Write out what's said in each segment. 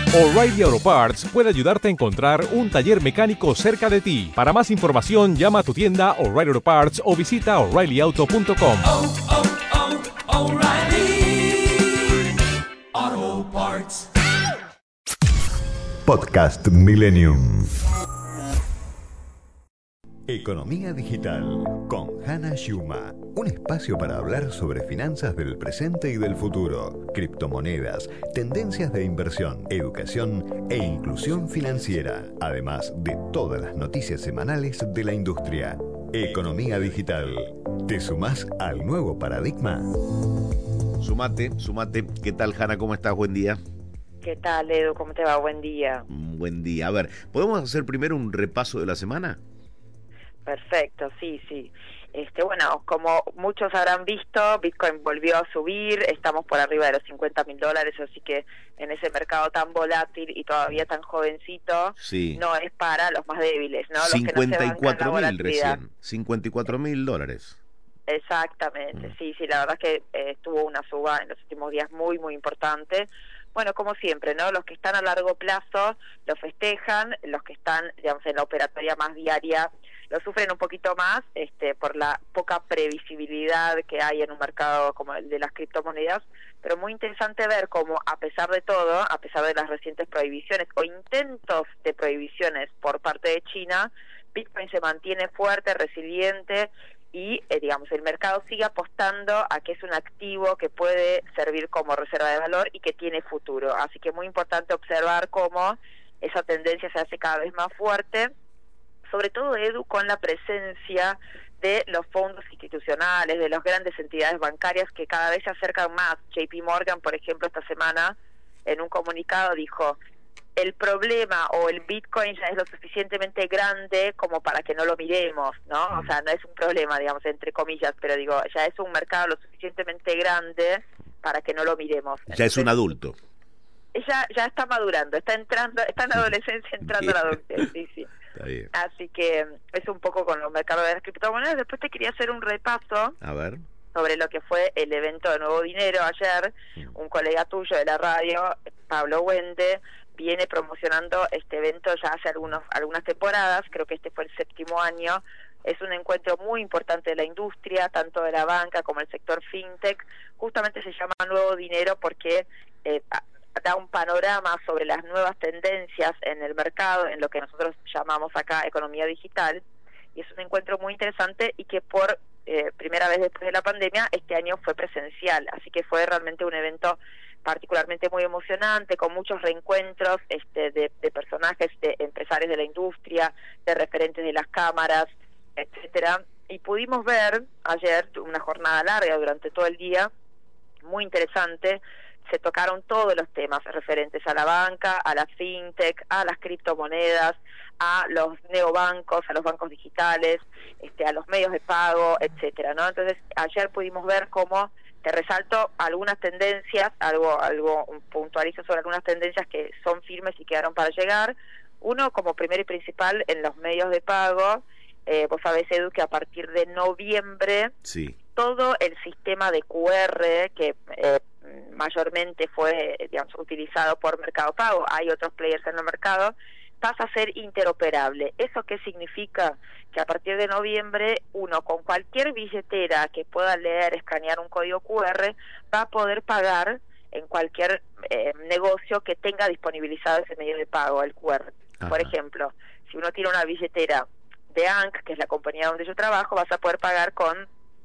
O'Reilly Auto Parts puede ayudarte a encontrar un taller mecánico cerca de ti. Para más información, llama a tu tienda O'Reilly Auto Parts o visita O'ReillyAuto.com. O'Reilly Auto Parts. Podcast Millennium. Economía Digital con Hannah Schuma. Un espacio para hablar sobre finanzas del presente y del futuro, criptomonedas, tendencias de inversión, educación e inclusión financiera, además de todas las noticias semanales de la industria. Economía Digital. ¿Te sumás al nuevo paradigma? Sumate. ¿Qué tal, Hannah? ¿Cómo estás? Buen día. ¿Qué tal, Edu? ¿Cómo te va? Buen día. Buen día. A ver, ¿podemos hacer primero un repaso de la semana? Perfecto, sí. Bueno, como muchos habrán visto, Bitcoin volvió a subir, estamos por arriba de los $50.000, así que en ese mercado tan volátil y todavía tan jovencito, sí, no es para los más débiles, ¿no? Los 54.000 recién, $54.000. Exactamente, sí, la verdad es que tuvo una suba en los últimos días muy importante. Bueno, como siempre, ¿no? Los que están a largo plazo lo festejan, los que están, digamos, en la operatoria más diaria lo sufren un poquito más, por la poca previsibilidad que hay en un mercado como el de las criptomonedas, pero muy interesante ver cómo, a pesar de todo, a pesar de las recientes prohibiciones o intentos de prohibiciones por parte de China, Bitcoin se mantiene fuerte, resiliente, y digamos el mercado sigue apostando a que es un activo que puede servir como reserva de valor y que tiene futuro, así que muy importante observar cómo esa tendencia se hace cada vez más fuerte, sobre todo, Edu, con la presencia de los fondos institucionales, de las grandes entidades bancarias que cada vez se acercan más. JP Morgan, por ejemplo, esta semana en un comunicado dijo: el problema o el Bitcoin ya es lo suficientemente grande como para que no lo miremos, ¿no? O sea, no es un problema, digamos, entre comillas, pero digo, ya es un mercado lo suficientemente grande para que no lo miremos. Ya es un adulto. Ya está madurando, está en la adolescencia, entrando a la adultez, sí. Está bien. Así que es un poco con los mercados de las criptomonedas. Después te quería hacer un repaso sobre lo que fue el evento de Nuevo Dinero ayer. Un colega tuyo de la radio, Pablo Wende, viene promocionando este evento ya hace algunas temporadas, creo que este fue el 7º año. Es un encuentro muy importante de la industria, tanto de la banca como el sector fintech. Justamente se llama Nuevo Dinero porque da un panorama sobre las nuevas tendencias en el mercado, en lo que nosotros llamamos acá economía digital, y es un encuentro muy interesante y que por primera vez después de la pandemia este año fue presencial, así que fue realmente un evento particularmente muy emocionante, con muchos reencuentros de personajes, de empresarios de la industria, de referentes de las cámaras, etcétera, y pudimos ver ayer una jornada larga durante todo el día, muy interesante. Se tocaron todos los temas referentes a la banca, a la fintech, a las criptomonedas, a los neobancos, a los bancos digitales, a los medios de pago, etcétera, ¿no? Entonces, ayer pudimos ver cómo, te resalto algunas tendencias, puntualizo sobre algunas tendencias que son firmes y quedaron para llegar. Uno, como primero y principal, en los medios de pago, vos sabés, Edu, que a partir de noviembre, todo el sistema de QR que mayormente fue, digamos, utilizado por Mercado Pago, hay otros players en el mercado, pasa a ser interoperable. ¿Eso qué significa? Que a partir de noviembre, uno con cualquier billetera que pueda leer, escanear un código QR, va a poder pagar en cualquier negocio que tenga disponibilizado ese medio de pago, el QR. Ajá. Por ejemplo, si uno tiene una billetera de ANC, que es la compañía donde yo trabajo, vas a poder pagar con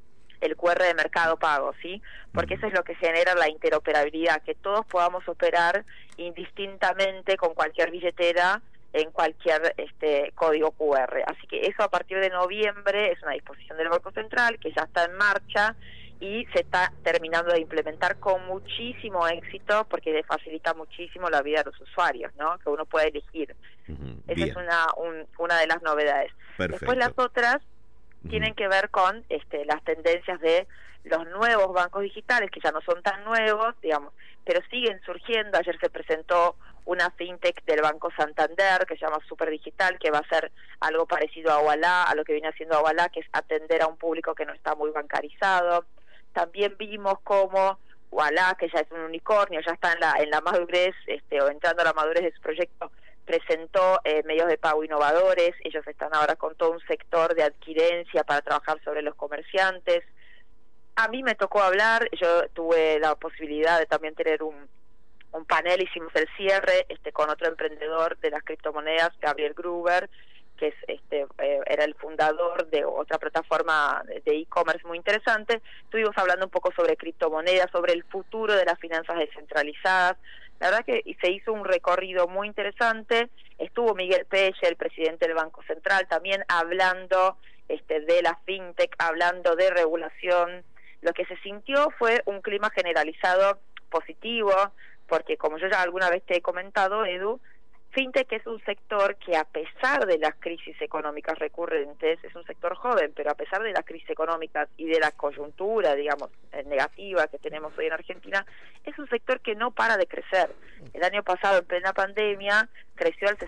el QR de Mercado Pago, ¿sí? Porque eso es lo que genera la interoperabilidad, que todos podamos operar indistintamente con cualquier billetera en cualquier código QR. Así que eso a partir de noviembre es una disposición del Banco Central que ya está en marcha y se está terminando de implementar con muchísimo éxito porque le facilita muchísimo la vida de los usuarios, ¿no? Que uno puede elegir. Esa es una de las novedades. Perfecto. Después las otras tienen que ver con las tendencias de los nuevos bancos digitales, que ya no son tan nuevos, digamos, pero siguen surgiendo. Ayer se presentó una fintech del Banco Santander que se llama Superdigital, que va a ser algo parecido a Ualá, a lo que viene haciendo Ualá, que es atender a un público que no está muy bancarizado. También vimos cómo Ualá, que ya es un unicornio, ya está en la madurez, o entrando a la madurez de su proyecto, presentó medios de pago innovadores. Ellos están ahora con todo un sector de adquirencia para trabajar sobre los comerciantes. A mí me tocó hablar, yo tuve la posibilidad de también tener un panel, hicimos el cierre con otro emprendedor de las criptomonedas, Gabriel Gruber, que es era el fundador de otra plataforma de e-commerce muy interesante. Estuvimos hablando un poco sobre criptomonedas, sobre el futuro de las finanzas descentralizadas. La verdad que se hizo un recorrido muy interesante. Estuvo Miguel Pelle, el presidente del Banco Central, también hablando de la fintech, hablando de regulación. Lo que se sintió fue un clima generalizado positivo, porque como yo ya alguna vez te he comentado, Edu, fintech es un sector que, a pesar de las crisis económicas recurrentes, es un sector joven, pero a pesar de las crisis económicas y de la coyuntura, digamos, negativa que tenemos hoy en Argentina, es un sector que no para de crecer. El año pasado, en plena pandemia, creció al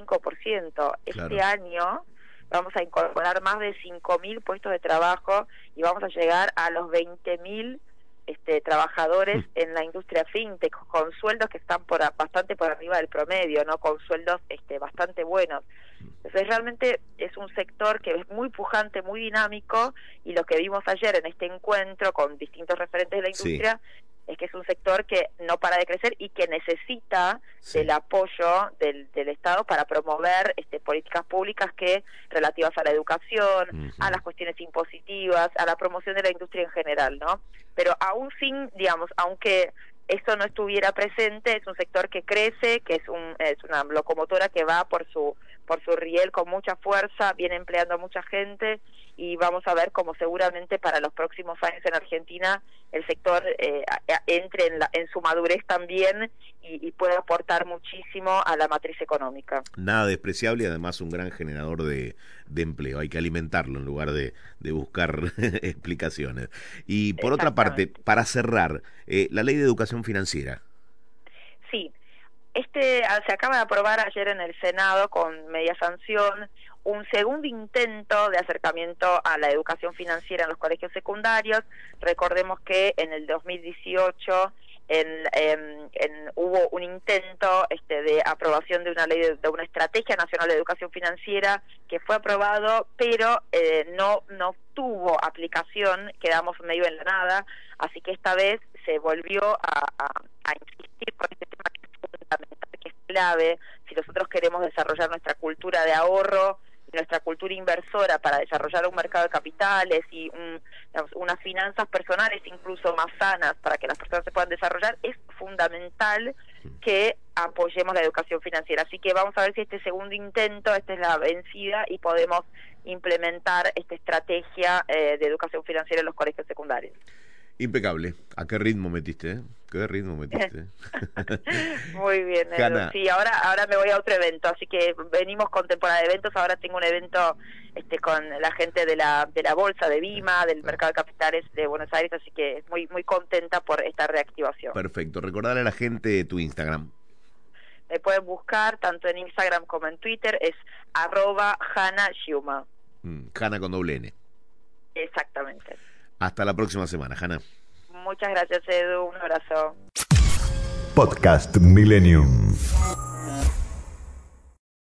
65%. Este año vamos a incorporar más de 5.000 puestos de trabajo y vamos a llegar a los 20.000 trabajadores en la industria fintech, con sueldos que están bastante por arriba del promedio, no, con sueldos bastante buenos. Entonces realmente es un sector que es muy pujante, muy dinámico, y lo que vimos ayer en este encuentro con distintos referentes de la industria es que es un sector que no para de crecer y que necesita del apoyo del Estado para promover políticas públicas relativas a la educación, a las cuestiones impositivas, a la promoción de la industria en general, ¿no? Pero aún sin, digamos, aunque eso no estuviera presente, es un sector que crece, que es una locomotora que va por su riel con mucha fuerza, viene empleando a mucha gente, y vamos a ver cómo seguramente para los próximos años en Argentina el sector entre en su madurez también y puede aportar muchísimo a la matriz económica. Nada despreciable y además un gran generador de empleo. Hay que alimentarlo en lugar de buscar explicaciones. Y por otra parte, para cerrar, la ley de educación financiera. Sí, se acaba de aprobar ayer en el Senado con media sanción un segundo intento de acercamiento a la educación financiera en los colegios secundarios. Recordemos que en el 2018 hubo un intento de aprobación de una ley de una estrategia nacional de educación financiera que fue aprobado, pero no tuvo aplicación, quedamos medio en la nada, así que esta vez se volvió a insistir con este tema que es fundamental, que es clave si nosotros queremos desarrollar nuestra cultura de ahorro, nuestra cultura inversora, para desarrollar un mercado de capitales y unas finanzas personales incluso más sanas para que las personas se puedan desarrollar. Es fundamental que apoyemos la educación financiera. Así que vamos a ver si este segundo intento, esta es la vencida, y podemos implementar esta estrategia de educación financiera en los colegios secundarios. Impecable. ¿A qué ritmo metiste? ¿Qué ritmo metiste? Muy bien, Edu. Sí, ahora me voy a otro evento, así que venimos con temporada de eventos. Ahora tengo un evento con la gente de la bolsa de Vima, del mercado de capitales de Buenos Aires, así que muy muy contenta por esta reactivación. Perfecto. Recordale a la gente tu Instagram. Me pueden buscar tanto en Instagram como en Twitter, es @HannahSchiuma. Hanna con doble N. Exactamente. Hasta la próxima semana, Hanna. Muchas gracias, Edu. Un abrazo. Podcast Millennium.